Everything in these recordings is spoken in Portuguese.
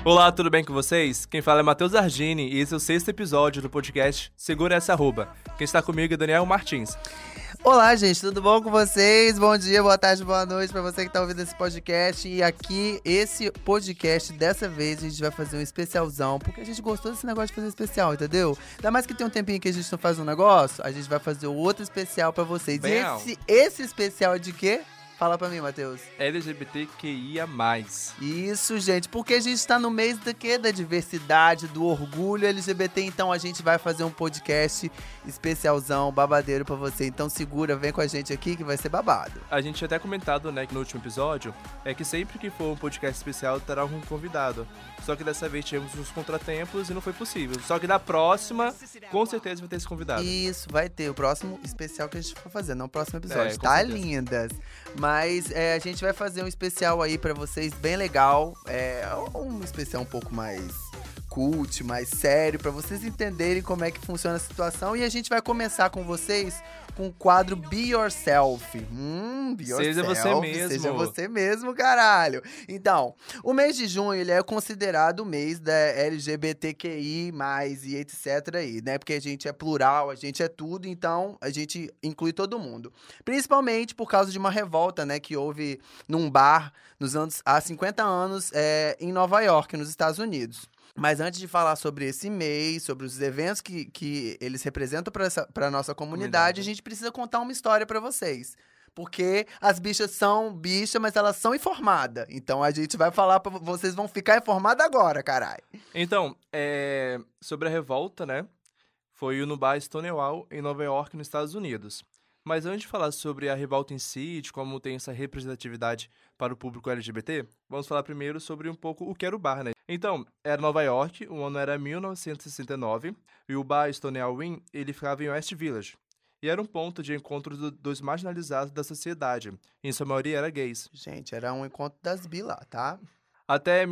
Olá, tudo bem com vocês? Quem fala é Matheus Argini e esse é o 6º episódio do podcast Segura Essa Arroba. Quem está comigo é Daniel Martins. Olá, gente, tudo bom com vocês? Bom dia, boa tarde, boa noite pra você que tá ouvindo esse podcast. E aqui, esse podcast, dessa vez, a gente vai fazer um especialzão, porque a gente gostou desse negócio de fazer especial, entendeu? Ainda mais que tem um tempinho que a gente não faz um negócio, a gente vai fazer outro especial pra vocês. Bem, E esse especial é de quê? Fala pra mim, Matheus. LGBTQIA+. Isso, gente, porque a gente tá no mês da quê? Da diversidade, do orgulho LGBT, então a gente vai fazer um podcast especialzão, babadeiro pra você. Então segura, vem com a gente aqui que vai ser babado. A gente tinha até comentado, né, que no último episódio, é que sempre que for um podcast especial terá algum convidado. Só que dessa vez tivemos uns contratempos e não foi possível. Só que na próxima, com certeza vai ter esse convidado. Isso, vai ter o próximo especial que a gente for fazer, não o próximo episódio, com tá, certeza. lindas? Mas a gente vai fazer um especial aí pra vocês, bem legal. Um especial um pouco mais cult, mais sério, pra vocês entenderem como é que funciona a situação. E a gente vai começar com vocês com o quadro Be Yourself. Be yourself. Seja você mesmo. Seja você mesmo, caralho. Então, o mês de junho, ele é considerado o mês da LGBTQI+, e etc aí, né? Porque a gente é plural, a gente é tudo, então a gente inclui todo mundo. Principalmente por causa de uma revolta, né, que houve num bar há 50 anos em Nova York, nos Estados Unidos. Mas antes de falar sobre esse mês, sobre os eventos que eles representam para a nossa comunidade, a gente precisa contar uma história para vocês. Porque as bichas são bichas, mas elas são informadas. Então a gente vai falar para vocês, vão ficar informados agora, caralho. Então, sobre a revolta, né, foi no bar Stonewall, em Nova York, nos Estados Unidos. Mas antes de falar sobre a revolta em si, de como tem essa representatividade para o público LGBT, vamos falar primeiro sobre um pouco o que era o bar, né? Então, era Nova York, o ano era 1969, e o bar Stonewall Inn, ele ficava em West Village. E era um ponto de encontro dos marginalizados da sociedade, em sua maioria era gays. Gente, era um encontro das bi lá, tá? Até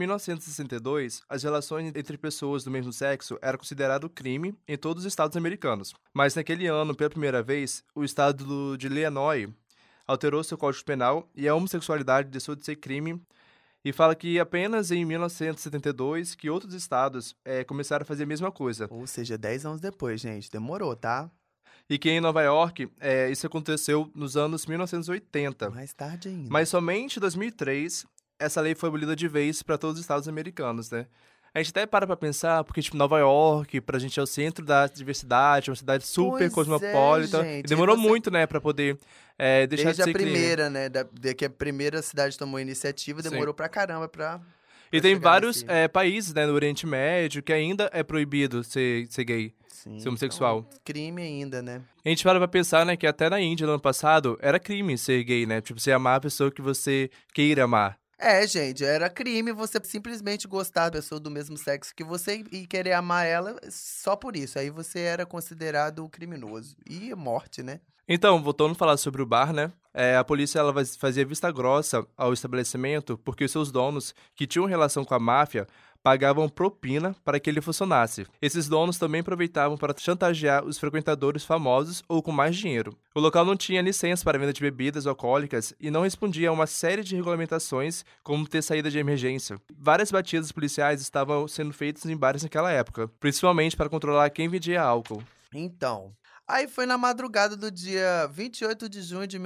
1962, as relações entre pessoas do mesmo sexo eram considerado crime em todos os estados americanos. Mas naquele ano, pela primeira vez, o estado de Illinois alterou seu código penal e a homossexualidade deixou de ser crime. E fala que apenas em 1972 que outros estados começaram a fazer a mesma coisa. Ou seja, 10 anos depois, gente. Demorou, tá? E que em Nova York, isso aconteceu nos anos 1980. Mais tarde ainda. Mas somente em 2003, essa lei foi abolida de vez para todos os estados americanos, né? A gente até para pra pensar, porque, tipo, Nova York, pra gente é o centro da diversidade, uma cidade super cosmopolita. Gente. E demorou muito, né, pra poder deixar de ser Desde a primeira, crime. né? De que a primeira cidade tomou a iniciativa, demorou pra caramba pra E tem chegar vários nesse- países, né, no Oriente Médio, que ainda é proibido ser gay, Sim, ser homossexual. então, crime ainda, né? A gente para pra pensar, né, que até na Índia, no ano passado, era crime ser gay, né? Tipo, você amar a pessoa que você queira amar. Gente, era crime você simplesmente gostar da pessoa do mesmo sexo que você e querer amar ela só por isso. Aí você era considerado criminoso. E morte, né? Então, voltando a falar sobre o bar, né? A polícia ela fazia vista grossa ao estabelecimento porque os seus donos, que tinham relação com a máfia, pagavam propina para que ele funcionasse. Esses donos também aproveitavam para chantagear os frequentadores famosos ou com mais dinheiro. O local não tinha licença para venda de bebidas alcoólicas e não respondia a uma série de regulamentações, como ter saída de emergência. Várias batidas policiais estavam sendo feitas em bares naquela época, principalmente para controlar quem vendia álcool. Então, aí foi na madrugada do dia 28 de junho de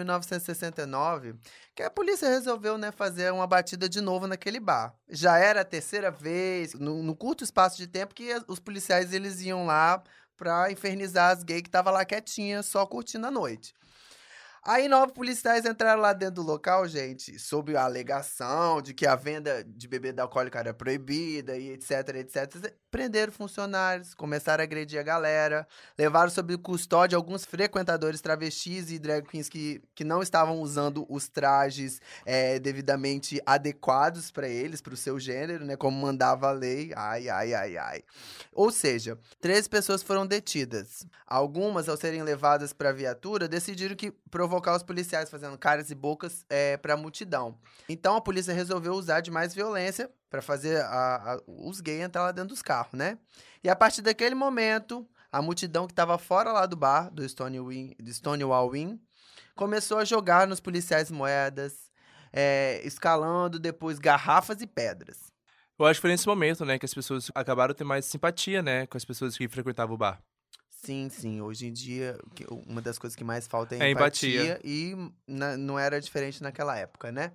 1969 que a polícia resolveu, né, fazer uma batida de novo naquele bar. Já era a terceira vez, no curto espaço de tempo, que os policiais eles iam lá pra infernizar as gays que estavam lá quietinhas, só curtindo a noite. Aí 9 policiais entraram lá dentro do local, gente, sob a alegação de que a venda de bebida alcoólica era proibida e etc, etc. Prenderam funcionários, começaram a agredir a galera, levaram sob custódia alguns frequentadores travestis e drag queens que não estavam usando os trajes devidamente adequados para eles, para o seu gênero, né, como mandava a lei. Ai, ai, ai, ai. Ou seja, 13 pessoas foram detidas. Algumas, ao serem levadas para a viatura, decidiram que provocar os policiais fazendo caras e bocas para a multidão. Então a polícia resolveu usar de mais violência para fazer os gays entrar lá dentro dos carros, né? E a partir daquele momento, a multidão que estava fora lá do bar, do Stonewall Inn, começou a jogar nos policiais moedas, escalando depois garrafas e pedras. Eu acho que foi nesse momento, né, que as pessoas acabaram tendo mais simpatia, né, com as pessoas que frequentavam o bar. Sim, sim. Hoje em dia, uma das coisas que mais falta é É empatia. empatia e não era diferente naquela época, né?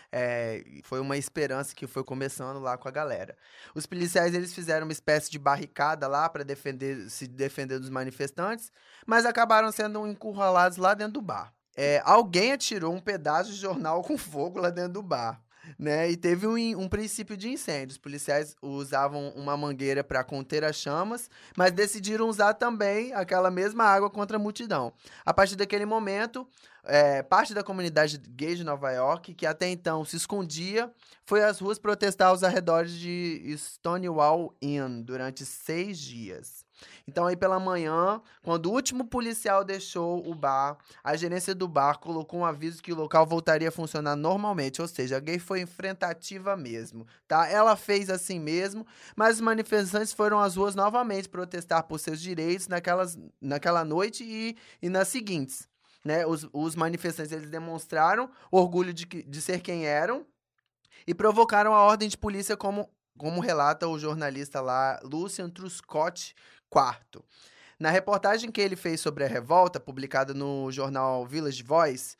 Foi uma esperança que foi começando lá com a galera. Os policiais, eles fizeram uma espécie de barricada lá para se defender dos manifestantes, mas acabaram sendo encurralados lá dentro do bar. Alguém atirou um pedaço de jornal com fogo lá dentro do bar. Né? E teve um princípio de incêndio. Os policiais usavam uma mangueira para conter as chamas, mas decidiram usar também aquela mesma água contra a multidão. A partir daquele momento, parte da comunidade gay de Nova York, que até então se escondia, foi às ruas protestar aos arredores de Stonewall Inn durante 6 dias. Então, aí pela manhã, quando o último policial deixou o bar, a gerência do bar colocou um aviso que o local voltaria a funcionar normalmente, ou seja, a gay foi enfrentativa mesmo, tá? Ela fez assim mesmo, mas os manifestantes foram às ruas novamente protestar por seus direitos naquela noite e nas seguintes, né? Os manifestantes, eles demonstraram orgulho de ser quem eram e provocaram a ordem de polícia como relata o jornalista lá, Lucian Truscott IV. Na reportagem que ele fez sobre a revolta, publicada no jornal Village Voice,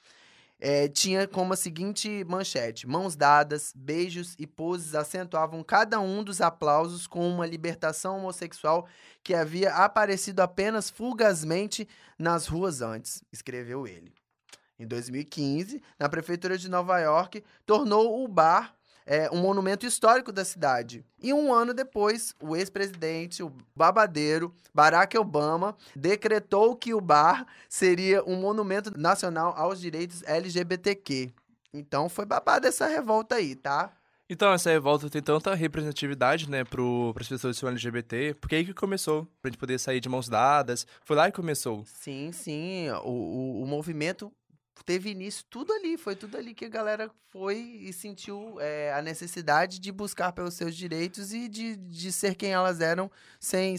tinha como a seguinte manchete: mãos dadas, beijos e poses acentuavam cada um dos aplausos com uma libertação homossexual que havia aparecido apenas fugazmente nas ruas antes, escreveu ele. Em 2015, na prefeitura de Nova York, tornou o bar um monumento histórico da cidade. E um ano depois, o ex-presidente, o babadeiro, Barack Obama, decretou que o bar seria um monumento nacional aos direitos LGBTQ. Então foi babada essa revolta aí, tá? Então, essa revolta tem tanta representatividade, né, para as pessoas que são LGBT, porque é aí que começou, pra gente poder sair de mãos dadas, foi lá que começou. Sim, sim. O movimento teve início tudo ali. Foi tudo ali que a galera foi e sentiu a necessidade de buscar pelos seus direitos e de ser quem elas eram sem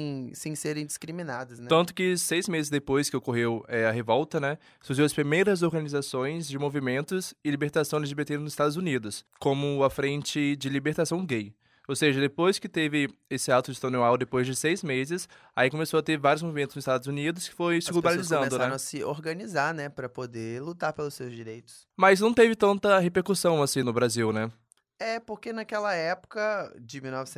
serem discriminadas, né? Tanto que 6 meses depois que ocorreu a revolta, né, surgiu as primeiras organizações de movimentos e libertação LGBT nos Estados Unidos, como a Frente de Libertação Gay. Ou seja, depois que teve esse ato de Stonewall, depois de 6 meses, aí começou a ter vários movimentos nos Estados Unidos que foi se As pessoas globalizando, começaram né? a se organizar, né, para poder lutar pelos seus direitos. Mas não teve tanta repercussão assim no Brasil, né? Porque naquela época de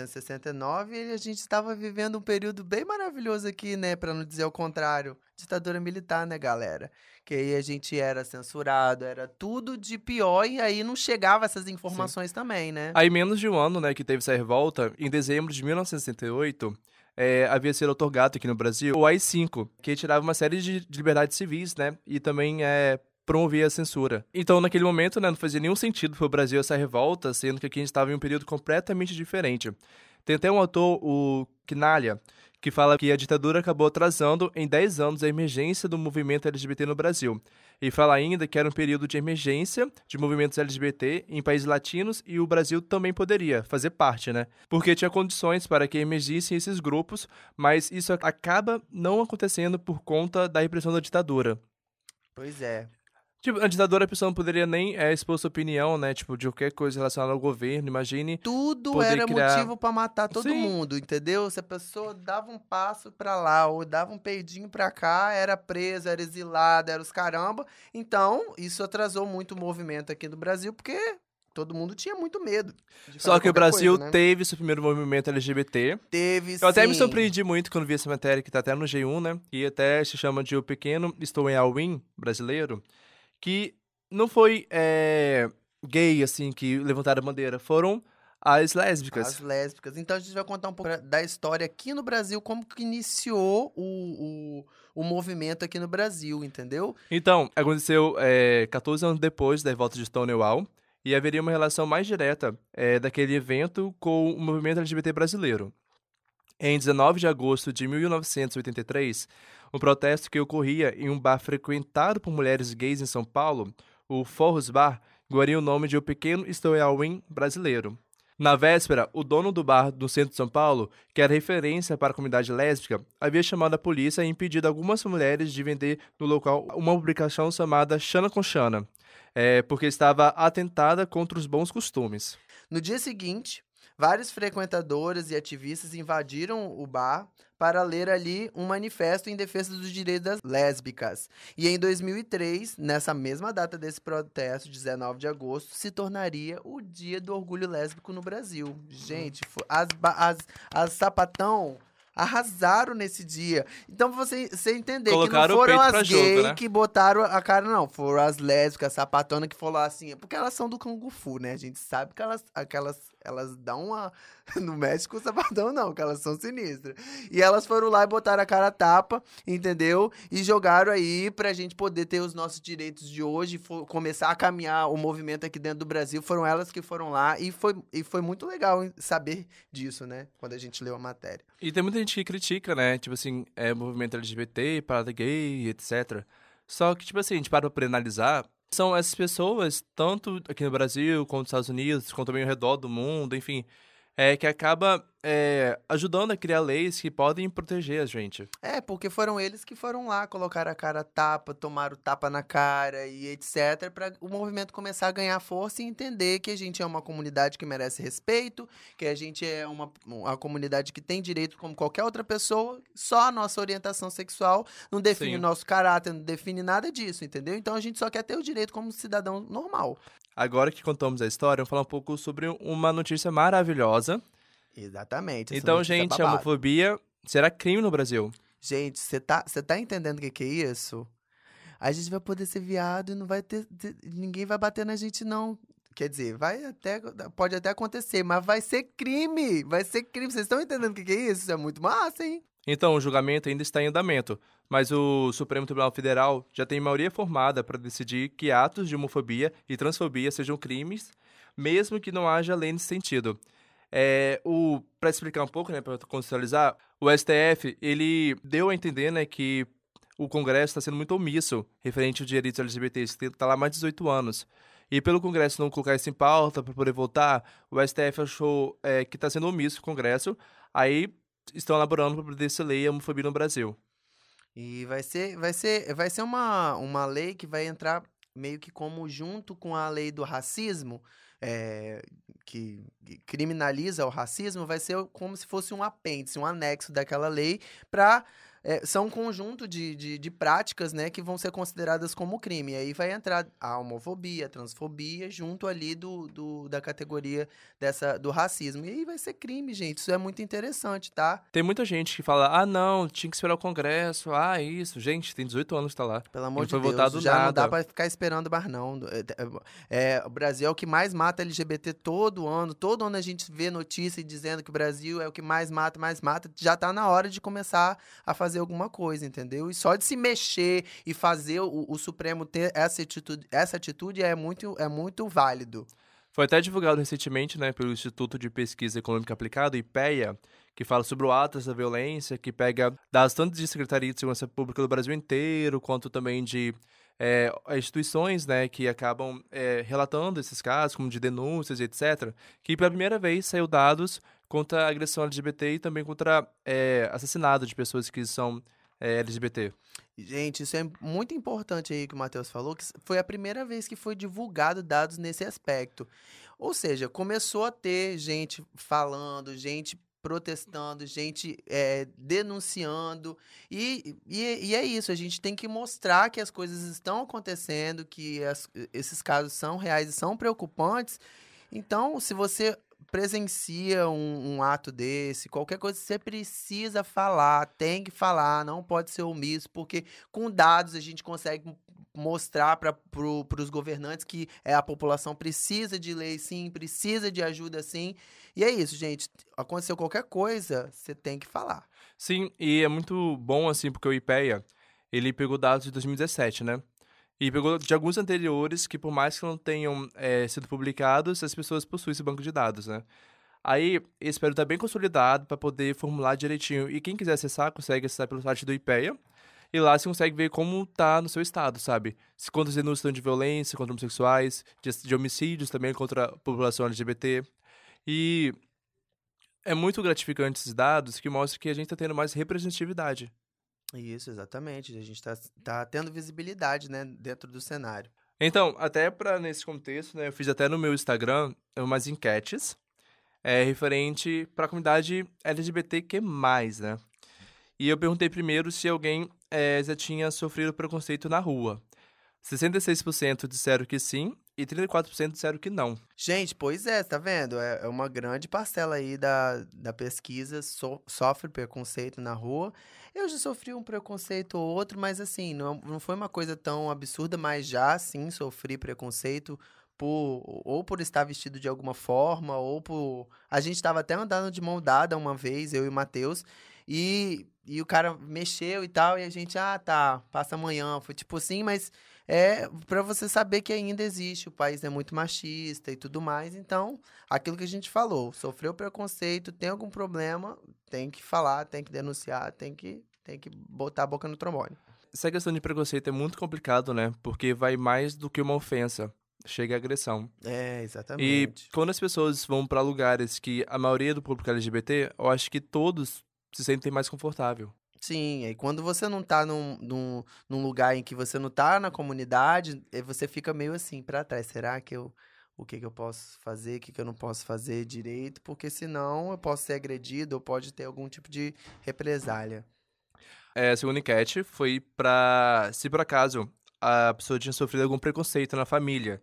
1969, a gente estava vivendo um período bem maravilhoso aqui, né? Para não dizer o contrário. Ditadura militar, né, galera? Que aí a gente era censurado, era tudo de pior e aí não chegava essas informações também, né? Aí, menos de um ano, né, que teve essa revolta, em dezembro de 1968, havia sido otorgado aqui no Brasil o AI-5, que tirava uma série de liberdades civis, né, e também promovia a censura. Então, naquele momento, né, não fazia nenhum sentido para o Brasil essa revolta, sendo que aqui a gente estava em um período completamente diferente. Tem até um autor, o Quinalha, que fala que a ditadura acabou atrasando em 10 anos a emergência do movimento LGBT no Brasil. E fala ainda que era um período de emergência de movimentos LGBT em países latinos e o Brasil também poderia fazer parte, né? Porque tinha condições para que emergissem esses grupos, mas isso acaba não acontecendo por conta da repressão da ditadura. Pois é. Tipo, a ditadura a pessoa não poderia nem expor sua opinião, né? Tipo, de qualquer coisa relacionada ao governo, imagine. Tudo Poder era criar- motivo pra matar todo Sim. mundo, entendeu? Se a pessoa dava um passo pra lá ou dava um peidinho pra cá, era preso, era exilado, era os caramba. Então, isso atrasou muito o movimento aqui no Brasil, porque todo mundo tinha muito medo de Só fazer que o qualquer Brasil coisa, né? teve seu primeiro movimento LGBT. Teve, Eu até me sim. surpreendi muito quando vi essa matéria que tá até no G1, né? E até se chama de O Pequeno Stonewall Inn brasileiro, que não foi gay, assim, que levantaram a bandeira. Foram as lésbicas. As lésbicas. Então a gente vai contar um pouco da história aqui no Brasil, como que iniciou o movimento aqui no Brasil, entendeu? Então, aconteceu 14 anos depois da revolta de Stonewall, e haveria uma relação mais direta daquele evento com o movimento LGBT brasileiro. Em 19 de agosto de 1983, um protesto que ocorria em um bar frequentado por mulheres gays em São Paulo, o Forros Bar, ganharia o nome de O Pequeno Stonewall Inn brasileiro. Na véspera, o dono do bar do centro de São Paulo, que era referência para a comunidade lésbica, havia chamado a polícia e impedido algumas mulheres de vender no local uma publicação chamada Xana com Xana, porque estava atentada contra os bons costumes. No dia seguinte, Vários frequentadores e ativistas invadiram o bar para ler ali um manifesto em defesa dos direitos das lésbicas. E em 2003, nessa mesma data desse protesto, 19 de agosto, se tornaria o Dia do Orgulho Lésbico no Brasil. Gente, as sapatão arrasaram nesse dia. Então, pra você entender que não Colocaram o foram peito pra as jogo, gays né? que botaram a cara, não. Foram as lésbicas, sapatonas que falaram assim. Porque elas são do Kung Fu, né? A gente sabe que elas dão uma. No México, o sapatão não, que elas são sinistras. E elas foram lá e botaram a cara a tapa, entendeu? E jogaram aí pra gente poder ter os nossos direitos de hoje, começar a caminhar o movimento aqui dentro do Brasil. Foram elas que foram lá e foi muito legal saber disso, né? Quando a gente leu a matéria. E tem muita gente que critica, né? Tipo assim, movimento LGBT, parada gay, etc. Só que, tipo assim, a gente para pra analisar, são essas pessoas, tanto aqui no Brasil, quanto nos Estados Unidos, quanto também ao redor do mundo, enfim, que acaba ajudando a criar leis que podem proteger a gente. Porque foram eles que foram lá, colocaram a cara a tapa, tomaram tapa na cara e etc, para o movimento começar a ganhar força e entender que a gente é uma comunidade que merece respeito, que a gente é uma comunidade que tem direito como qualquer outra pessoa, só a nossa orientação sexual não define Sim. o nosso caráter, não define nada disso, entendeu? Então a gente só quer ter o direito como cidadão normal. Agora que contamos a história, vamos falar um pouco sobre uma notícia maravilhosa. Exatamente, essa Então, notícia é gente, a babado. homofobia será crime no Brasil. Gente, você tá entendendo o que é isso? A gente vai poder ser viado e não vai ninguém vai bater na gente, não. Quer dizer, pode até acontecer, mas vai ser crime! Vai ser crime. Vocês estão entendendo o que é isso? Isso é muito massa, hein? Então, o julgamento ainda está em andamento, mas o Supremo Tribunal Federal já tem maioria formada para decidir que atos de homofobia e transfobia sejam crimes, mesmo que não haja lei nesse sentido. Para explicar um pouco, né, para contextualizar, o STF, ele deu a entender, né, que o Congresso está sendo muito omisso referente aos direitos LGBTs, que está lá há mais de 18 anos. E pelo Congresso não colocar isso em pauta para poder votar, o STF achou que está sendo omisso o Congresso, aí estão elaborando para poder ser lei a homofobia no Brasil. E vai ser uma lei que vai entrar meio que como junto com a lei do racismo, que criminaliza o racismo, vai ser como se fosse um apêndice, um anexo daquela lei para são um conjunto de práticas, né, que vão ser consideradas como crime. E aí vai entrar a homofobia, a transfobia, junto ali da categoria do racismo. E aí vai ser crime, gente. Isso é muito interessante, tá? Tem muita gente que fala, ah, não, tinha que esperar o Congresso, isso. Gente, tem 18 anos que tá lá. Pelo E amor não de foi Deus, votado já não nada. dá pra ficar esperando mais, não. O Brasil é o que mais mata LGBT todo ano a gente vê notícia dizendo que o Brasil é o que mais mata, já tá na hora de começar a fazer alguma coisa, entendeu? E só de se mexer e fazer o Supremo ter essa atitude é muito válido. Foi até divulgado recentemente, né, pelo Instituto de Pesquisa Econômica Aplicada, IPEA, que fala sobre o Atlas da Violência, que pega dados tanto de Secretaria de Segurança Pública do Brasil inteiro, quanto também de instituições, né, que acabam relatando esses casos, como de denúncias e etc., que pela primeira vez saiu dados contra a agressão LGBT e também contra assassinato de pessoas que são LGBT. Gente, isso é muito importante aí que o Matheus falou, que foi a primeira vez que foi divulgado dados nesse aspecto. Ou seja, começou a ter gente falando, gente protestando, gente denunciando, e é isso, a gente tem que mostrar que as coisas estão acontecendo, que esses casos são reais e são preocupantes. Então, se você presencia um ato desse, qualquer coisa, você precisa falar, tem que falar, não pode ser omisso, porque com dados a gente consegue mostrar para os governantes que a população precisa de lei sim, precisa de ajuda sim. E é isso, gente. Aconteceu qualquer coisa, você tem que falar. Sim, e é muito bom, assim, porque o IPEA, ele pegou dados de 2017, né? E pegou de alguns anteriores que, por mais que não tenham sido publicados, as pessoas possuem esse banco de dados, né? Aí, esse período está bem consolidado para poder formular direitinho. E quem quiser acessar, consegue acessar pelo site do IPEA. E lá você consegue ver como tá no seu estado, sabe? Se quantas denúncias estão de violência contra homossexuais, de homicídios também contra a população LGBT. E é muito gratificante esses dados que mostram que a gente está tendo mais representatividade. Isso, exatamente. A gente tá tendo visibilidade, né, dentro do cenário. Então, até nesse contexto, né, eu fiz até no meu Instagram umas enquetes referente para a comunidade LGBTQ+, né? E eu perguntei primeiro se alguém já tinha sofrido preconceito na rua. 66% disseram que sim e 34% disseram que não. Gente, pois é, tá vendo? É uma grande parcela aí da pesquisa sofre preconceito na rua. Eu já sofri um preconceito ou outro, mas assim, não foi uma coisa tão absurda, mas já sim sofri preconceito ou por estar vestido de alguma forma, ou por. A gente tava até andando de mão dada uma vez, eu e o Matheus, e o cara mexeu e tal, e a gente, tá, passa amanhã. Foi tipo assim, mas é pra você saber que ainda existe, o país é muito machista e tudo mais, então, aquilo que a gente falou, sofreu preconceito, tem algum problema, tem que falar, tem que denunciar, tem que botar a boca no trombone. Essa questão de preconceito é muito complicado, né? Porque vai mais do que uma ofensa. Chega a agressão. É, E exatamente. quando as pessoas vão para lugares que a maioria do público é LGBT, eu acho que todos se sentem mais confortável. Sim, aí quando você não tá num lugar em que você não tá na comunidade, você fica meio assim, pra trás. Será que o que que eu posso fazer, o que que eu não posso fazer direito? Porque senão eu posso ser agredido ou pode ter algum tipo de represália. A segunda enquete foi para se por acaso a pessoa tinha sofrido algum preconceito na família.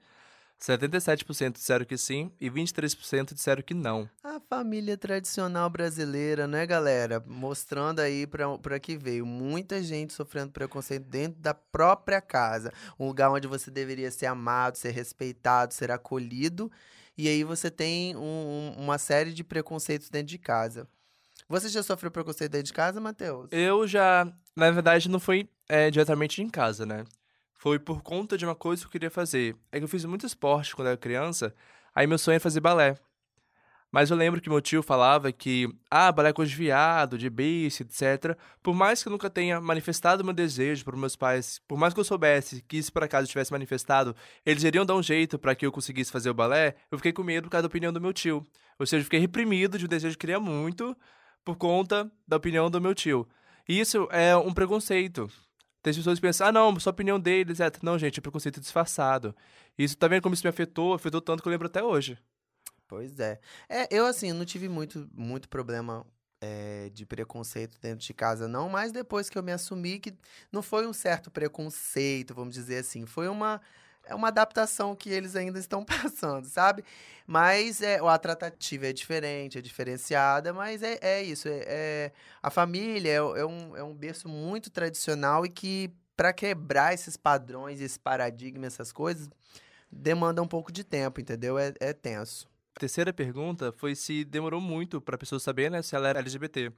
77% disseram que sim e 23% disseram que não. A família tradicional brasileira, né, galera? Mostrando aí pra que veio. Muita gente sofrendo preconceito dentro da própria casa. Um lugar onde você deveria ser amado, ser respeitado, ser acolhido. E aí você tem uma série de preconceitos dentro de casa. Você já sofreu preconceito dentro de casa, Matheus? Eu já, na verdade, não foi diretamente em casa, né? Foi por conta de uma coisa que eu queria fazer. É que eu fiz muito esporte quando era criança, aí meu sonho era fazer balé. Mas eu lembro que meu tio falava que, balé é coisa de viado, de bicho, etc. Por mais que eu nunca tenha manifestado meu desejo para meus pais, por mais que eu soubesse que isso por acaso tivesse manifestado, eles iriam dar um jeito para que eu conseguisse fazer o balé, eu fiquei com medo por causa da opinião do meu tio. Ou seja, eu fiquei reprimido de um desejo que eu queria muito por conta da opinião do meu tio. E isso é um preconceito. Tem pessoas que pensam, não, só a opinião deles, etc. Não, gente, é preconceito disfarçado. Isso, tá vendo como isso me afetou tanto que eu lembro até hoje. Pois é. Eu assim, não tive muito problema de preconceito dentro de casa, não, mas depois que eu me assumi, que não foi um certo preconceito, vamos dizer assim, foi uma adaptação que eles ainda estão passando, sabe? Mas a tratativa é diferente, é diferenciada, mas é isso. A família é um berço muito tradicional e que, para quebrar esses padrões, esse paradigma, essas coisas, demanda um pouco de tempo, entendeu? É tenso. A terceira pergunta foi se demorou muito pra pessoa saber, né, se ela era LGBT.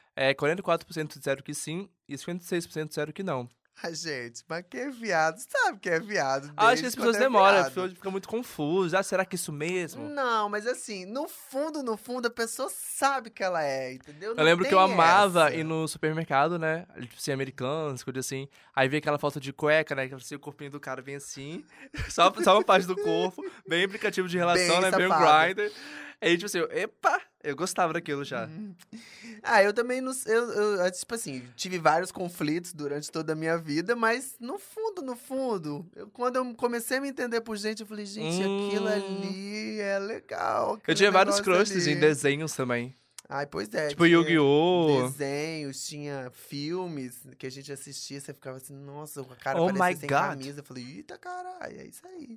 44% disseram que sim e 56% disseram que não. Ah, gente, mas que é viado? Sabe que é viado Acho que desde as quando pessoas é demoram, as viado. pessoas ficam muito confusas. Será que é isso mesmo? Não, mas assim, no fundo, a pessoa sabe que ela é, entendeu? Eu Não lembro que eu tem amava ir essa. no supermercado, né? Tipo assim, americanos, coisa assim. Aí via aquela foto de cueca, né? Que assim, o corpinho do cara bem assim. Só uma parte do corpo. Bem aplicativo de relação, Bem né? Bem um safado. grinder. Aí, tipo assim, epa! Eu gostava daquilo já. Uhum. Eu também não. Tipo assim, tive vários conflitos durante toda a minha vida, mas no fundo, quando eu comecei a me entender por gente, eu falei, gente, aquilo Hum. ali é legal, Eu aquele tinha vários negócio crushes em ali. desenhos também. Ai, pois é, Tipo tinha Yu-Gi-Oh! desenhos, tinha filmes que a gente assistia, você ficava assim, nossa, o cara Oh my parecia sem God! camisa. Eu falei, eita caralho, é isso aí.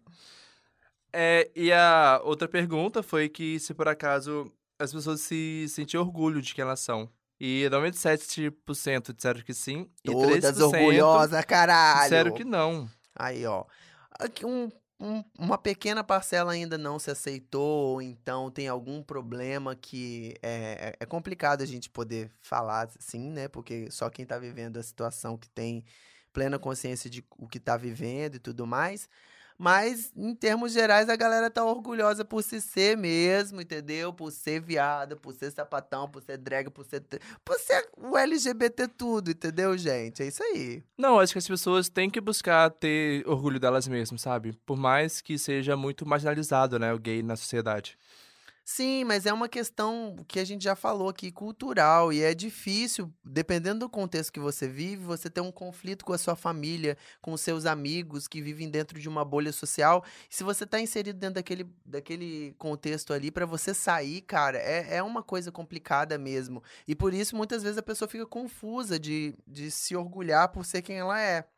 E a outra pergunta foi que se por acaso as pessoas se sentiam orgulho de quem elas são. E 97% disseram que sim e Todas 3% orgulhosas, disseram caralho. que não. Aí, ó. Aqui uma pequena parcela ainda não se aceitou, ou então tem algum problema que é complicado a gente poder falar assim, né? Porque só quem tá vivendo a situação que tem plena consciência de o que tá vivendo e tudo mais. Mas, em termos gerais, a galera tá orgulhosa por se ser mesmo, entendeu? Por ser viada, por ser sapatão, por ser drag, por ser o LGBT tudo, entendeu, gente? É isso aí. Não, acho que as pessoas têm que buscar ter orgulho delas mesmas, sabe? Por mais que seja muito marginalizado, né, o gay na sociedade. Sim, mas é uma questão que a gente já falou aqui, cultural, e é difícil, dependendo do contexto que você vive, você ter um conflito com a sua família, com os seus amigos que vivem dentro de uma bolha social. Se você está inserido dentro daquele contexto ali, para você sair, cara, é uma coisa complicada mesmo. E por isso, muitas vezes, a pessoa fica confusa de se orgulhar por ser quem ela é.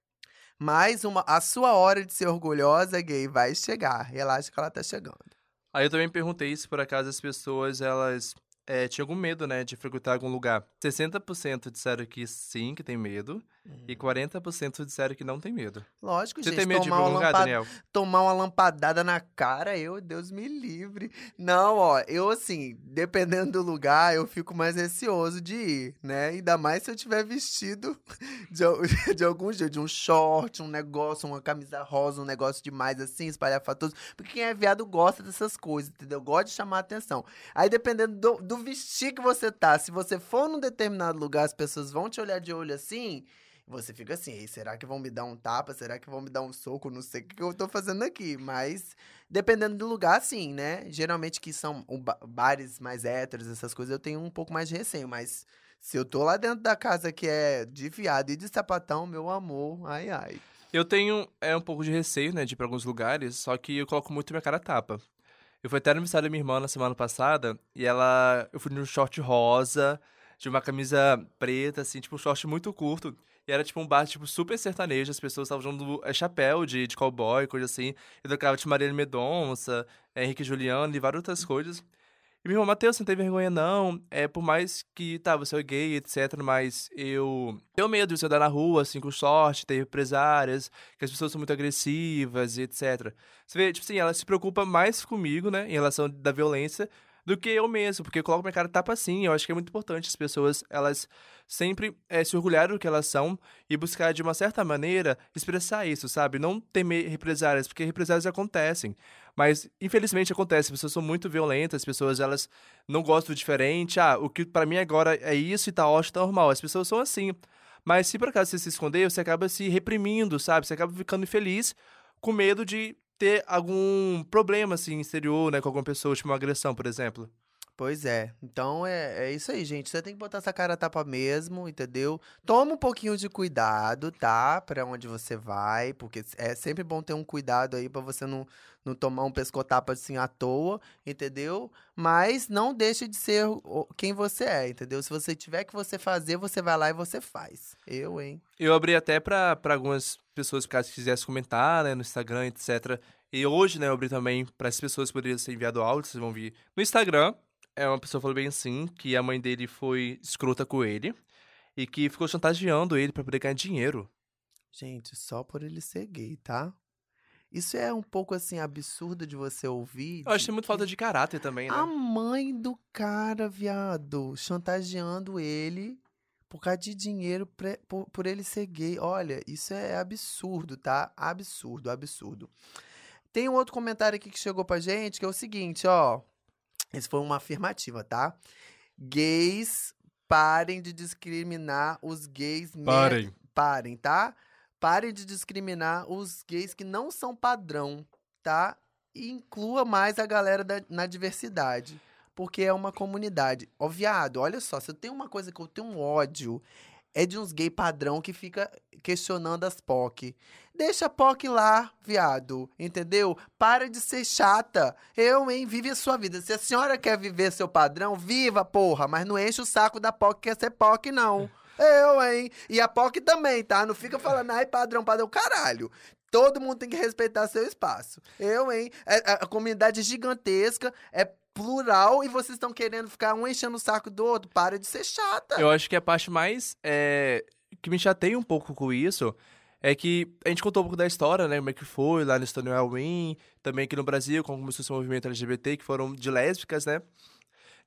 Mas a sua hora de ser orgulhosa, gay, vai chegar. Relaxa que ela tá chegando. Aí eu também perguntei se por acaso as pessoas, elas tinham algum medo, né, de frequentar algum lugar. 60% disseram que sim, que tem medo, e 40% disseram que não tem medo. Lógico, Você tem gente, medo de ir pra algum lugar, Daniel? tomar uma lampadada na cara, Deus me livre. Não, ó, eu assim, dependendo do lugar, eu fico mais receoso de ir, né? Ainda mais se eu tiver vestido de algum jeito, de um short, um negócio, uma camisa rosa, um negócio demais assim, espalhafatoso. Porque quem é viado gosta dessas coisas, entendeu? Gosta de chamar a atenção. Aí, dependendo do vestir que você tá, se você for num determinado lugar, as pessoas vão te olhar de olho assim. Você fica assim, ei, será que vão me dar um tapa? Será que vão me dar um soco? Não sei o que eu tô fazendo aqui. Mas, dependendo do lugar, sim, né? Geralmente que são bares mais héteros, essas coisas, eu tenho um pouco mais de receio. Mas se eu tô lá dentro da casa que é de viado e de sapatão, meu amor, ai, ai. Eu tenho um pouco de receio, né, de ir pra alguns lugares, só que eu coloco muito minha cara a tapa. Eu fui até no aniversário da minha irmã na semana passada, e eu fui num short rosa, de uma camisa preta, assim, tipo, um short muito curto. E era, tipo, um bar, tipo, super sertanejo. As pessoas estavam usando chapéu de cowboy, coisa assim. Eu tocava de Marília Mendonça, Henrique e Juliano e várias outras coisas. E meu irmão, Matheus, você não tem vergonha, não. Por mais que, tá, você é gay, etc., mas eu tenho medo de você andar na rua, assim, com short, ter represárias, que as pessoas são muito agressivas e etc. Você vê, tipo assim, ela se preocupa mais comigo, né, em relação da violência, do que eu mesmo, porque eu coloco minha cara tapa assim. Eu acho que é muito importante as pessoas, elas sempre se orgulharem do que elas são e buscar, de uma certa maneira, expressar isso, sabe? Não temer represárias, porque represárias acontecem. Mas, infelizmente, acontece. As pessoas são muito violentas, as pessoas, elas não gostam do diferente. Ah, o que pra mim agora é isso e tá ótimo, tá normal. As pessoas são assim. Mas se por acaso você se esconder, você acaba se reprimindo, sabe? Você acaba ficando infeliz, com medo de ter algum problema, assim, exterior, né? Com alguma pessoa, tipo uma agressão, por exemplo. Pois é. Então é isso aí, gente. Você tem que botar essa cara a tapa mesmo, entendeu? Toma um pouquinho de cuidado, tá? Pra onde você vai, porque é sempre bom ter um cuidado aí pra você não tomar um pescotapa assim à toa, entendeu? Mas não deixe de ser quem você é, entendeu? Se você tiver que você fazer, você vai lá e você faz. Eu, hein? Eu abri até pra algumas pessoas, caso quisessem comentar, né, no Instagram, etc. E hoje, né, eu abri também para as pessoas que poderiam ser enviado áudio, vocês vão vir no Instagram. Uma pessoa falou bem assim, que a mãe dele foi escrota com ele e que ficou chantageando ele pra poder ganhar dinheiro. Gente, só por ele ser gay, tá? Isso é um pouco assim absurdo de você ouvir, Eu acho que de tem muito que falta de caráter também, a né? mãe do cara, viado, chantageando ele por causa de dinheiro por ele ser gay. Olha, isso é absurdo, tá? Absurdo, absurdo. Tem um outro comentário aqui que chegou pra gente, que é o seguinte, ó. Esse foi uma afirmativa, tá? Gays, parem de discriminar os gays. Parem. Parem, tá? Parem de discriminar os gays que não são padrão, tá? E inclua mais a galera na diversidade. Porque é uma comunidade. Ó, viado, olha só, se eu tenho uma coisa que eu tenho um ódio, é de uns gay padrão que fica questionando as POC. Deixa a POC lá, viado, entendeu? Para de ser chata. Eu, hein? Vive a sua vida. Se a senhora quer viver seu padrão, viva, porra. Mas não enche o saco da POC que quer ser POC, não. Eu, hein? E a POC também, tá? Não fica falando, ai, padrão, padrão, caralho. Todo mundo tem que respeitar seu espaço. Eu, hein? A comunidade é gigantesca, é plural e vocês estão querendo ficar um enchendo o saco do outro. Para de ser chata. Eu acho que a parte mais que me chateia um pouco com isso é que a gente contou um pouco da história, né? Como é que foi lá no Stonewall Inn, também aqui no Brasil, como começou esse movimento LGBT, que foram de lésbicas, né?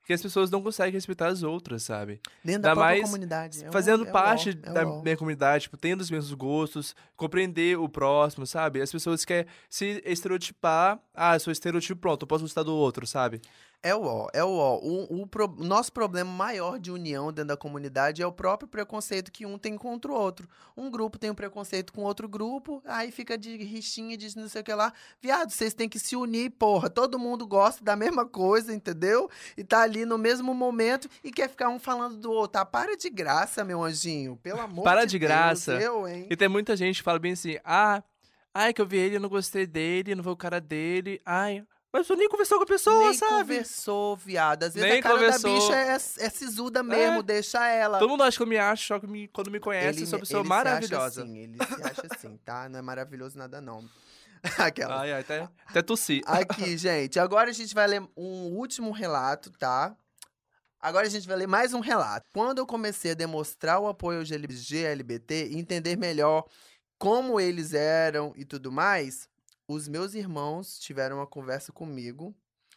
que as pessoas não conseguem respeitar as outras, sabe? Dentro da Ainda própria mais comunidade. fazendo É o parte UOL, é o da UOL. minha comunidade, tipo, tendo os mesmos gostos, compreender o próximo, sabe? As pessoas querem se estereotipar. Ah, eu sou estereotipo, pronto, eu posso gostar do outro, sabe? É o ó, é o ó. O nosso problema maior de união dentro da comunidade é o próprio preconceito que um tem contra o outro. Um grupo tem um preconceito com outro grupo, aí fica de rixinha, de não sei o que lá. Viado, vocês têm que se unir, porra. Todo mundo gosta da mesma coisa, entendeu? E tá ali no mesmo momento e quer ficar um falando do outro. Ah, para de graça, meu anjinho. Pelo amor Para de de Deus, graça. eu, hein? E tem muita gente que fala bem assim: ah, ai, que eu vi ele, eu não gostei dele, não vou o cara dele, ai. Mas você nem conversou com a pessoa, Nem sabe? conversou, viado. Às vezes a Nem cara da bicha conversou. é sisuda mesmo, É. deixa ela. Todo mundo acha que eu me acho, só que quando me conhece, eu sou uma pessoa Ele se acha maravilhosa. assim, ele se acha assim, tá? Não é maravilhoso nada, não. Aquelas. Ai, ai, até tossi. Aqui, gente, agora a gente vai ler um último relato, tá? Agora a gente vai ler mais um relato. Quando eu comecei a demonstrar o apoio ao GLBT e entender melhor como eles eram e tudo mais, os meus irmãos tiveram uma conversa comigo,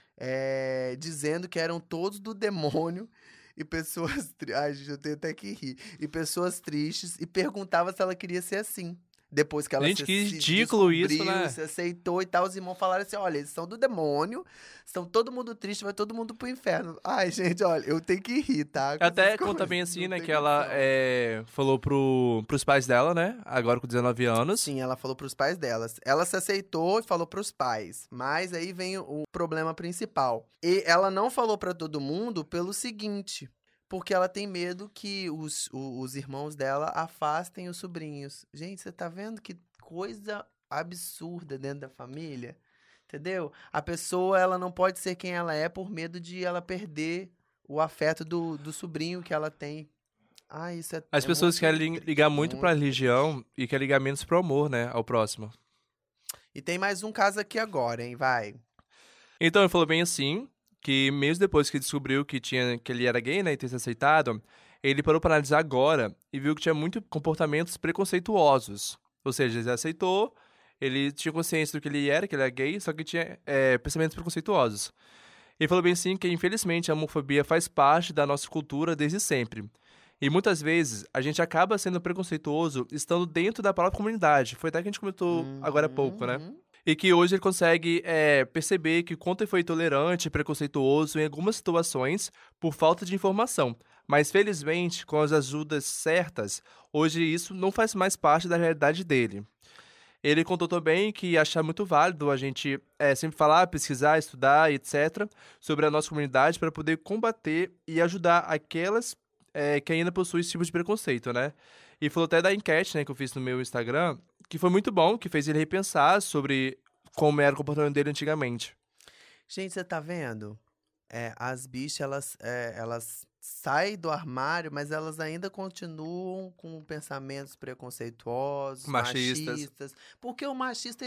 dizendo que eram todos do demônio e pessoas. Ai, gente, eu tenho até que rir. E pessoas tristes e perguntava se ela queria ser assim. Depois que ela Gente, que se ridículo isso, descobriu, né? se aceitou e tal, os irmãos falaram assim: olha, eles são do demônio, estão todo mundo triste, vai todo mundo pro inferno. Ai, gente, olha, eu tenho que rir, tá? Com essas Até conta coisas, bem assim, não né, tem que ela condição. falou pros pais dela, né? Agora com 19 anos. Sim, ela falou pros pais delas. Ela se aceitou e falou pros pais. Mas aí vem o problema principal. E ela não falou pra todo mundo pelo seguinte. Porque ela tem medo que os irmãos dela afastem os sobrinhos. Gente, você tá vendo que coisa absurda dentro da família? Entendeu? A pessoa, ela não pode ser quem ela é por medo de ela perder o afeto do sobrinho que ela tem. Ah, isso As é pessoas muito querem ligar triste, muito pra muito triste. religião e querem ligar menos pro amor, né? Ao próximo. E tem mais um caso aqui agora, hein? Vai. Então ele falou bem assim, que mesmo depois que descobriu que ele era gay, né, e ter se aceitado, ele parou para analisar agora e viu que tinha muito comportamentos preconceituosos. Ou seja, ele aceitou, ele tinha consciência do que ele era gay, só que tinha pensamentos preconceituosos. Ele falou bem assim que, infelizmente, a homofobia faz parte da nossa cultura desde sempre. E muitas vezes a gente acaba sendo preconceituoso estando dentro da própria comunidade. Foi até que a gente comentou agora há Uhum, pouco, né? uhum. E que hoje ele consegue perceber que o quanto ele foi intolerante e preconceituoso em algumas situações por falta de informação. Mas felizmente, com as ajudas certas, hoje isso não faz mais parte da realidade dele. Ele contou também que acha muito válido a gente sempre falar, pesquisar, estudar, etc., sobre a nossa comunidade para poder combater e ajudar aquelas que ainda possuem esse tipo de preconceito, né? E falou até da enquete, né, que eu fiz no meu Instagram, que foi muito bom, que fez ele repensar sobre como era o comportamento dele antigamente. Gente, você tá vendo? As bichas, elas saem do armário, mas elas ainda continuam com pensamentos preconceituosos, Machistas. machistas. Porque o machista,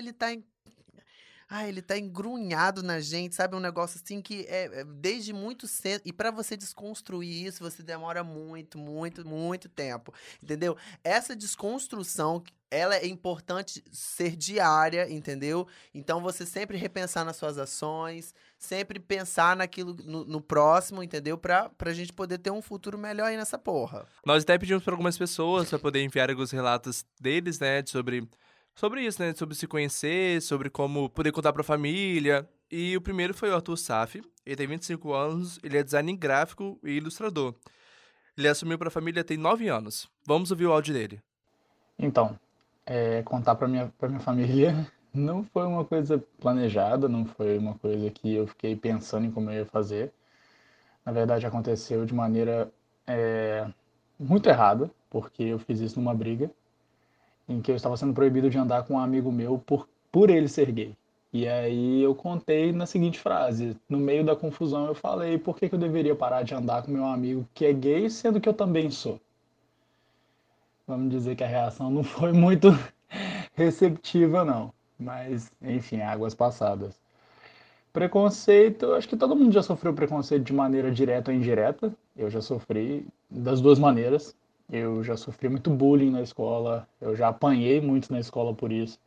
ele tá engrunhado na gente, sabe? Um negócio assim que é desde muito cedo. E pra você desconstruir isso, você demora muito, muito, muito tempo. Entendeu? Essa desconstrução, ela é importante ser diária, entendeu? Então você sempre repensar nas suas ações, sempre pensar naquilo, no próximo, entendeu? Pra gente poder ter um futuro melhor aí nessa porra. Nós até pedimos para algumas pessoas para poder enviar alguns relatos deles, né, sobre isso, né, sobre se conhecer, sobre como poder contar para a família. E o primeiro foi o Arthur Saf. Ele tem 25 anos, ele é designer gráfico e ilustrador. Ele assumiu para a família tem 9 anos. Vamos ouvir o áudio dele. Então, contar para minha família não foi uma coisa planejada, não foi uma coisa que eu fiquei pensando em como eu ia fazer. Na verdade, aconteceu de maneira muito errada, porque eu fiz isso numa briga em que eu estava sendo proibido de andar com um amigo meu por ele ser gay. E aí eu contei na seguinte frase: no meio da confusão eu falei por que eu deveria parar de andar com meu amigo que é gay, sendo que eu também sou. Vamos dizer que a reação não foi muito receptiva, não. Mas, enfim, águas passadas. Preconceito, acho que todo mundo já sofreu preconceito de maneira direta ou indireta. Eu já sofri das duas maneiras. Eu já sofri muito bullying na escola, eu já apanhei muito na escola por isso.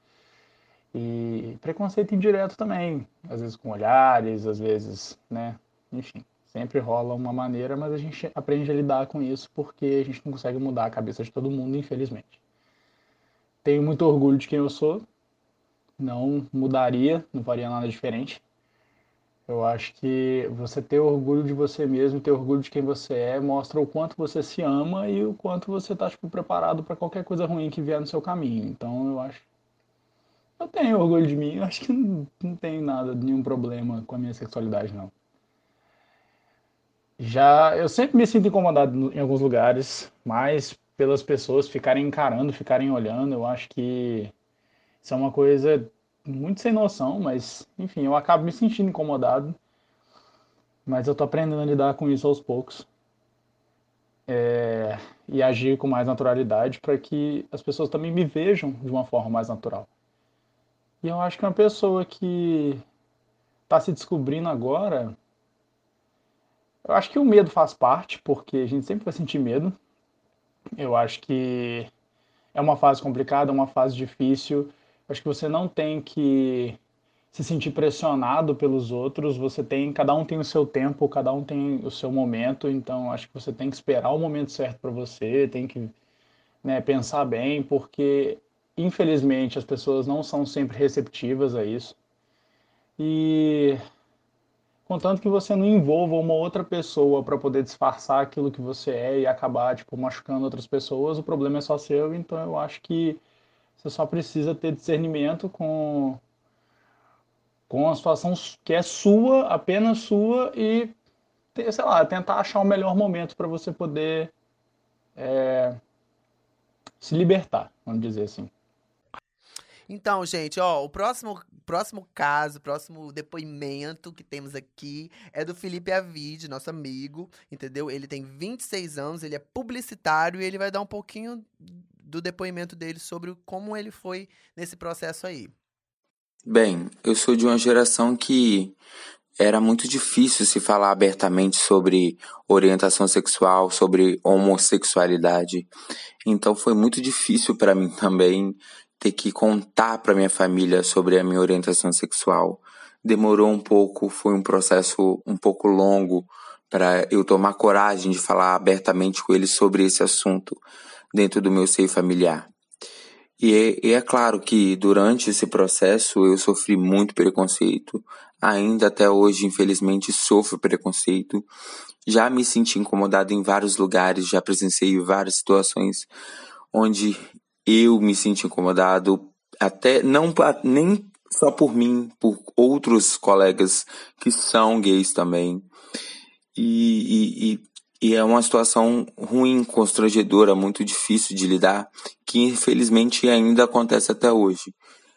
E preconceito indireto também, às vezes com olhares, às vezes, né? Enfim, Sempre rola uma maneira, mas a gente aprende a lidar com isso porque a gente não consegue mudar a cabeça de todo mundo, infelizmente. Tenho muito orgulho de quem eu sou, não mudaria, não faria nada diferente. Eu acho que você ter orgulho de você mesmo, ter orgulho de quem você é, mostra o quanto você se ama e o quanto você está preparado para qualquer coisa ruim que vier no seu caminho. Então eu acho. Eu tenho orgulho de mim, eu acho que não tenho nada, nenhum problema com a minha sexualidade, não. Já eu sempre me sinto incomodado em alguns lugares, mas pelas pessoas ficarem encarando, ficarem olhando, eu acho que isso é uma coisa muito sem noção, mas enfim, eu acabo me sentindo incomodado, mas eu tô aprendendo a lidar com isso aos poucos. E agir com mais naturalidade para que as pessoas também me vejam de uma forma mais natural. E eu acho que uma pessoa que está se descobrindo agora, eu acho que o medo faz parte, porque a gente sempre vai sentir medo. Eu acho que é uma fase complicada, é uma fase difícil. Eu acho que você não tem que se sentir pressionado pelos outros. Cada um tem o seu tempo, cada um tem o seu momento. Então, acho que você tem que esperar o momento certo para você, tem que, né, pensar bem, porque infelizmente as pessoas não são sempre receptivas a isso. E contanto que você não envolva uma outra pessoa para poder disfarçar aquilo que você é e acabar, tipo, machucando outras pessoas, o problema é só seu. Então eu acho que você só precisa ter discernimento com a situação que é sua, apenas sua, e, sei lá, tentar achar o melhor momento para você poder se libertar, vamos dizer assim. Então, gente, ó, o próximo caso, próximo depoimento que temos aqui é do Felipe Avide, nosso amigo, entendeu? Ele tem 26 anos, ele é publicitário e ele vai dar um pouquinho do depoimento dele sobre como ele foi nesse processo aí. Bem, eu sou de uma geração que era muito difícil se falar abertamente sobre orientação sexual, sobre homossexualidade. Então foi muito difícil para mim também ter que contar para minha família sobre a minha orientação sexual. Demorou um pouco, foi um processo um pouco longo para eu tomar coragem de falar abertamente com eles sobre esse assunto dentro do meu seio familiar. E é claro que durante esse processo eu sofri muito preconceito. Ainda até hoje, infelizmente, sofro preconceito. Já me senti incomodado em vários lugares, já presenciei várias situações onde eu me senti incomodado, até não nem só por mim, por outros colegas que são gays também. E é uma situação ruim, constrangedora, muito difícil de lidar, que infelizmente ainda acontece até hoje.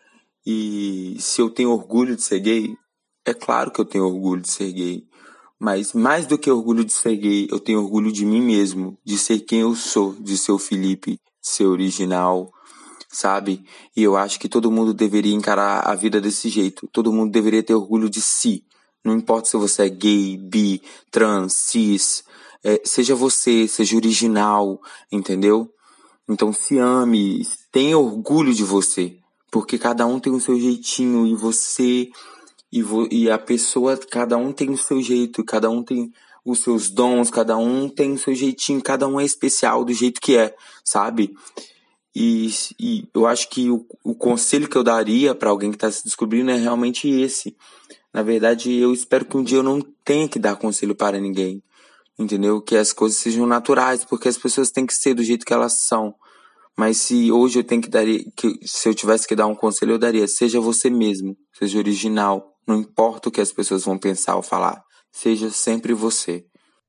E se eu tenho orgulho de ser gay, é claro que eu tenho orgulho de ser gay. Mas mais do que orgulho de ser gay, eu tenho orgulho de mim mesmo, de ser quem eu sou, de ser o Felipe, de ser original, sabe? E eu acho que todo mundo deveria encarar a vida desse jeito. Todo mundo deveria ter orgulho de si. Não importa se você é gay, bi, trans, cis, seja você, seja original, entendeu? Então se ame, tenha orgulho de você, porque cada um tem o seu jeitinho e você e a pessoa, cada um tem o seu jeito, cada um tem os seus dons, cada um tem o seu jeitinho, cada um é especial do jeito que é, sabe? E eu acho que o conselho que eu daria para alguém que está se descobrindo é realmente esse. Na verdade, eu espero que um dia eu não tenha que dar conselho para ninguém, entendeu? Que as coisas sejam naturais, porque as pessoas têm que ser do jeito que elas são. Mas se hoje eu tenho se eu tivesse que dar um conselho, eu daria: seja você mesmo, seja original. Não importa o que as pessoas vão pensar ou falar, seja sempre você.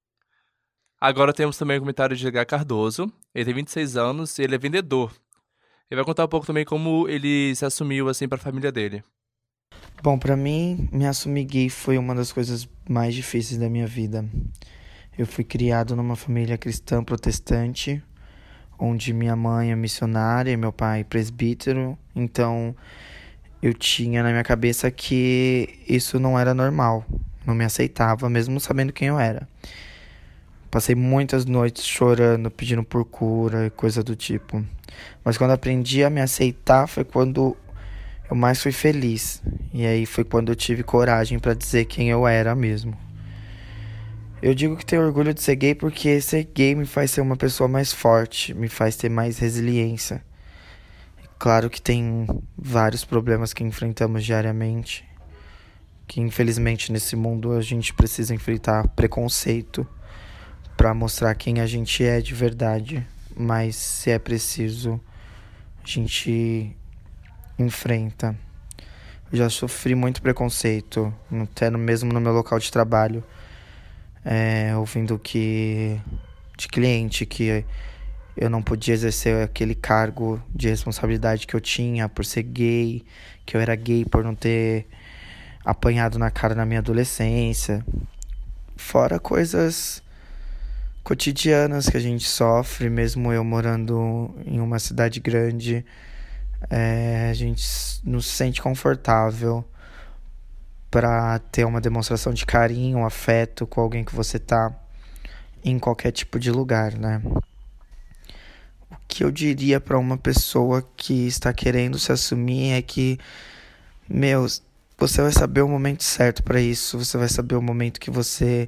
Agora temos também o comentário de Edgar Cardoso. Ele tem 26 anos e ele é vendedor. Ele vai contar um pouco também como ele se assumiu assim para a família dele. Bom, pra mim, me assumir gay foi uma das coisas mais difíceis da minha vida. Eu fui criado numa família cristã protestante, onde minha mãe é missionária e meu pai presbítero. Então, eu tinha na minha cabeça que isso não era normal. Não me aceitava, mesmo sabendo quem eu era. Passei muitas noites chorando, pedindo por cura e coisa do tipo. Mas quando aprendi a me aceitar foi quando eu mais fui feliz. E aí foi quando eu tive coragem para dizer quem eu era mesmo. Eu digo que tenho orgulho de ser gay porque ser gay me faz ser uma pessoa mais forte, me faz ter mais resiliência. Claro que tem vários problemas que enfrentamos diariamente, que infelizmente nesse mundo a gente precisa enfrentar preconceito para mostrar quem a gente é de verdade, mas se é preciso, a gente enfrenta. Eu já sofri muito preconceito, até mesmo no meu local de trabalho, ouvindo de cliente que eu não podia exercer aquele cargo de responsabilidade que eu tinha por ser gay, que eu era gay por não ter apanhado na cara na minha adolescência. Fora coisas cotidianas que a gente sofre, mesmo eu morando em uma cidade grande, a gente não se sente confortável para ter uma demonstração de carinho, um afeto com alguém que você tá em qualquer tipo de lugar, né? O que eu diria para uma pessoa que está querendo se assumir é que, você vai saber o momento certo para isso, você vai saber o momento que você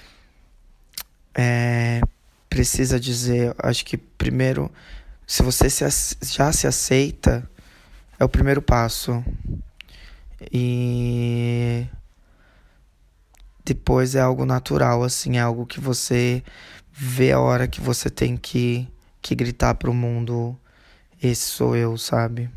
precisa dizer. Acho que primeiro, se você já se aceita, é o primeiro passo. E depois é algo natural, assim, é algo que você vê a hora que você tem que gritar pro mundo: esse sou eu, sabe?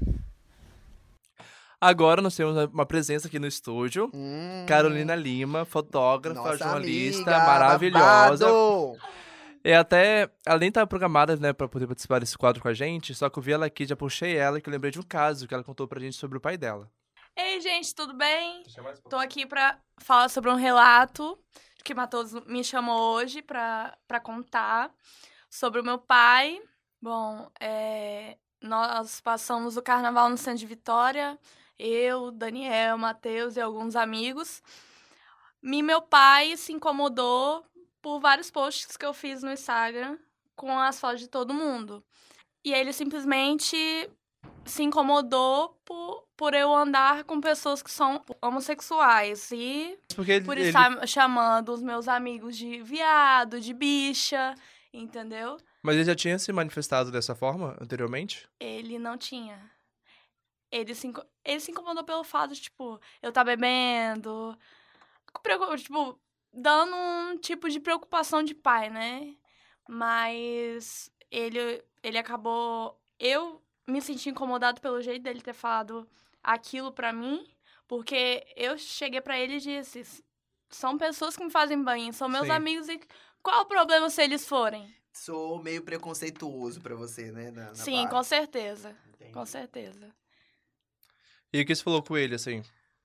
Agora nós temos uma presença aqui no estúdio. Carolina Lima, fotógrafa, Nossa jornalista, amiga, maravilhosa. babado! Até, além de estar programada, né, pra poder participar desse quadro com a gente, só que eu vi ela aqui, já puxei ela, que eu lembrei de um caso que ela contou pra gente sobre o pai dela. Ei, gente, tudo bem? Tô aqui pra falar sobre um relato que Matheus me chamou hoje pra contar sobre o meu pai. Bom, nós passamos o carnaval no centro de Vitória, eu, Daniel, Matheus e alguns amigos. Meu pai se incomodou por vários posts que eu fiz no Instagram com as fotos de todo mundo. E ele simplesmente se incomodou por eu andar com pessoas que são homossexuais. E por estar chamando os meus amigos de viado, de bicha, entendeu? Mas ele já tinha se manifestado dessa forma anteriormente? Ele não tinha. Ele se incomodou pelo fato de, tipo, eu tá bebendo, tipo, dando um tipo de preocupação de pai, né? Mas ele acabou... Eu me senti incomodado pelo jeito dele ter falado aquilo pra mim, porque eu cheguei pra ele e disse: são pessoas que me fazem bem, são meus amigos, e qual o problema se eles forem? Sou meio preconceituoso pra você, né? Sim, com certeza. Entendi. Com certeza. E o que você falou com ele, assim?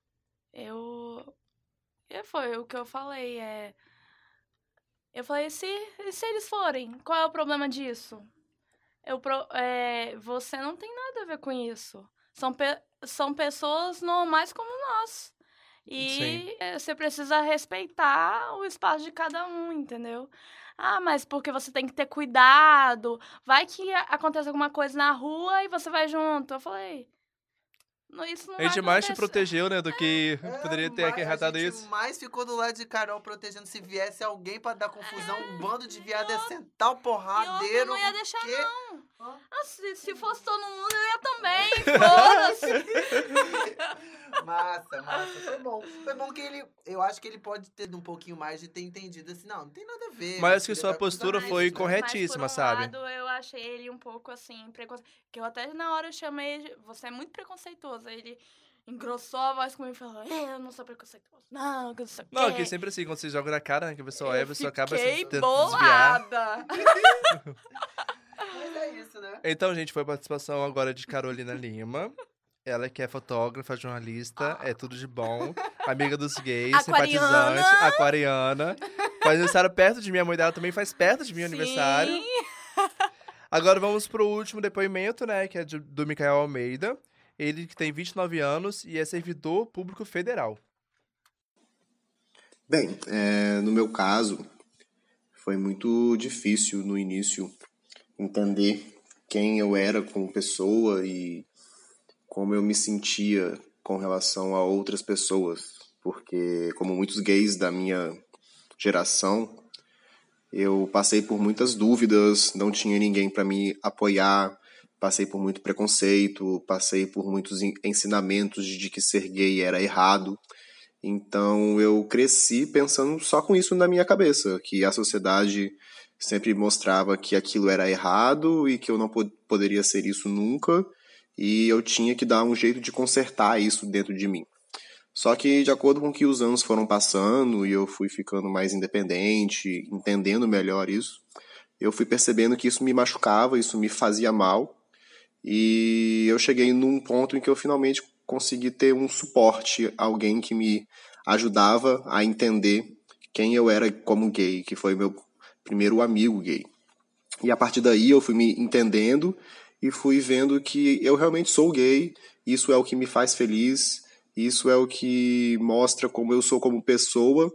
Foi o que eu falei, Eu falei, se eles forem, qual é o problema disso? Você não tem nada a ver com isso. São pessoas normais como nós. E você precisa respeitar o espaço de cada um, entendeu? Ah, mas porque você tem que ter cuidado. Vai que acontece alguma coisa na rua e você vai junto. Eu falei... Isso não a gente mais te protegeu, né, do que poderia ter arretado isso. A gente mais ficou do lado de Carol protegendo. Se viesse alguém pra dar confusão, um bando de viado ia sentar o porradeiro. Eu não ia deixar, não. Se fosse todo mundo, eu ia também. Foda-se. Massa. Foi bom que ele... Eu acho que ele pode ter um pouquinho mais de ter entendido assim, não tem nada a ver. Mas acho que sua postura foi corretíssima, sabe? Lado, eu achei ele um pouco assim, preconceituoso. Que eu até na hora eu chamei, você é muito preconceituoso. Aí ele engrossou a voz comigo e falou: eu não sou preconceituoso, não, que eu sou. Não, que sempre assim, quando você joga na cara, né, que a pessoa a pessoa acaba se tentando bolada. Desviar. Mas é isso, né? Então, gente, foi a participação agora de Carolina Lima. Ela que é fotógrafa, jornalista, é tudo de bom. Amiga dos gays, simpatizante, aquariana. Faz aniversário perto de mim, a mãe dela também faz perto de mim o aniversário. Agora vamos pro último depoimento, né, que é do Micael Almeida. Ele que tem 29 anos e é servidor público federal. Bem, no meu caso, foi muito difícil no início entender quem eu era como pessoa e como eu me sentia com relação a outras pessoas. Porque, como muitos gays da minha geração, Eu passei por muitas dúvidas, não tinha ninguém para me apoiar, passei por muito preconceito, passei por muitos ensinamentos de que ser gay era errado. Então eu cresci pensando só com isso na minha cabeça, que a sociedade sempre mostrava que aquilo era errado e que eu não poderia ser isso nunca, e eu tinha que dar um jeito de consertar isso dentro de mim. Só que de acordo com que os anos foram passando e eu fui ficando mais independente, entendendo melhor isso, eu fui percebendo que isso me machucava, isso me fazia mal, e eu cheguei num ponto em que eu finalmente consegui ter um suporte, alguém que me ajudava a entender quem eu era como gay, que foi meu primeiro amigo gay. E a partir daí eu fui me entendendo e fui vendo que eu realmente sou gay, isso é o que me faz feliz, isso é o que mostra como eu sou como pessoa,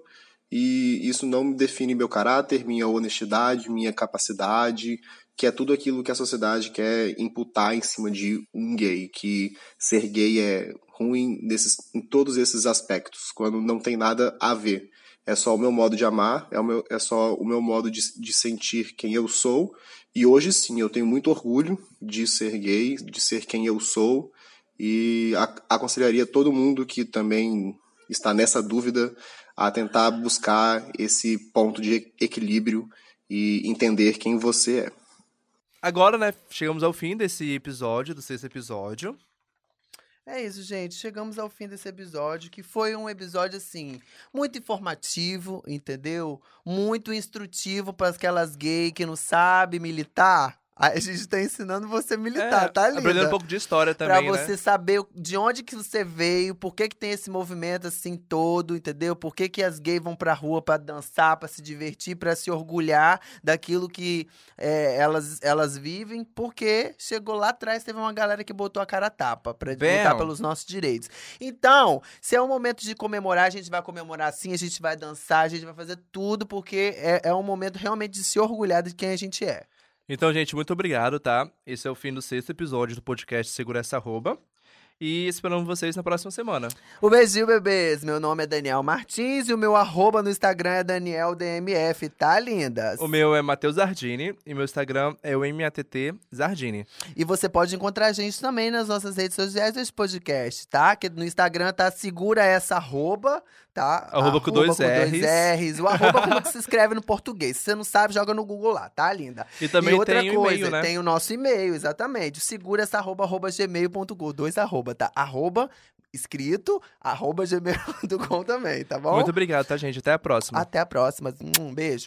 e isso não me define meu caráter, minha honestidade, minha capacidade, que é tudo aquilo que a sociedade quer imputar em cima de um gay, que ser gay é ruim em todos esses aspectos, quando não tem nada a ver. É só o meu modo de amar, é só o meu modo de sentir quem eu sou, e hoje sim, eu tenho muito orgulho de ser gay, de ser quem eu sou, e aconselharia todo mundo que também está nessa dúvida a tentar buscar esse ponto de equilíbrio e entender quem você é. Agora, né, chegamos ao fim desse episódio, do 6º episódio. É isso, gente. Chegamos ao fim desse episódio, que foi um episódio, assim, muito informativo, entendeu? Muito instrutivo para aquelas gays que não sabem militar. A gente tá ensinando você a militar, tá, linda? Aprendendo um pouco de história também, pra você saber de onde que você veio, por que tem esse movimento assim todo, entendeu? Por que as gays vão pra rua pra dançar, pra se divertir, pra se orgulhar daquilo que elas vivem, porque chegou lá atrás, teve uma galera que botou a cara a tapa pra lutar pelos nossos direitos. Então, se é um momento de comemorar, a gente vai comemorar sim, a gente vai dançar, a gente vai fazer tudo, porque é um momento realmente de se orgulhar de quem a gente é. Então, gente, muito obrigado, tá? Esse é o fim do 6º episódio do podcast Segura Essa Arroba. E esperamos vocês na próxima semana. Um beijinho, bebês. Meu nome é Daniel Martins e o meu arroba no Instagram é DanielDMF, tá, lindas? O meu é Matheus Zardini e meu Instagram é o MATT Zardini. E você pode encontrar a gente também nas nossas redes sociais desse podcast, tá? Que no Instagram tá Segura Essa Arroba, tá? Arroba com dois R's. O arroba como que se escreve no português. Se você não sabe, joga no Google lá, tá, linda? E também tem o e-mail, né? Tem o nosso e-mail, exatamente. Segura essa arroba gmail.com, 2 arroba, tá? Arroba escrito, @gmail.com também, tá bom? Muito obrigado, tá, gente? Até a próxima. Até a próxima. Um beijo.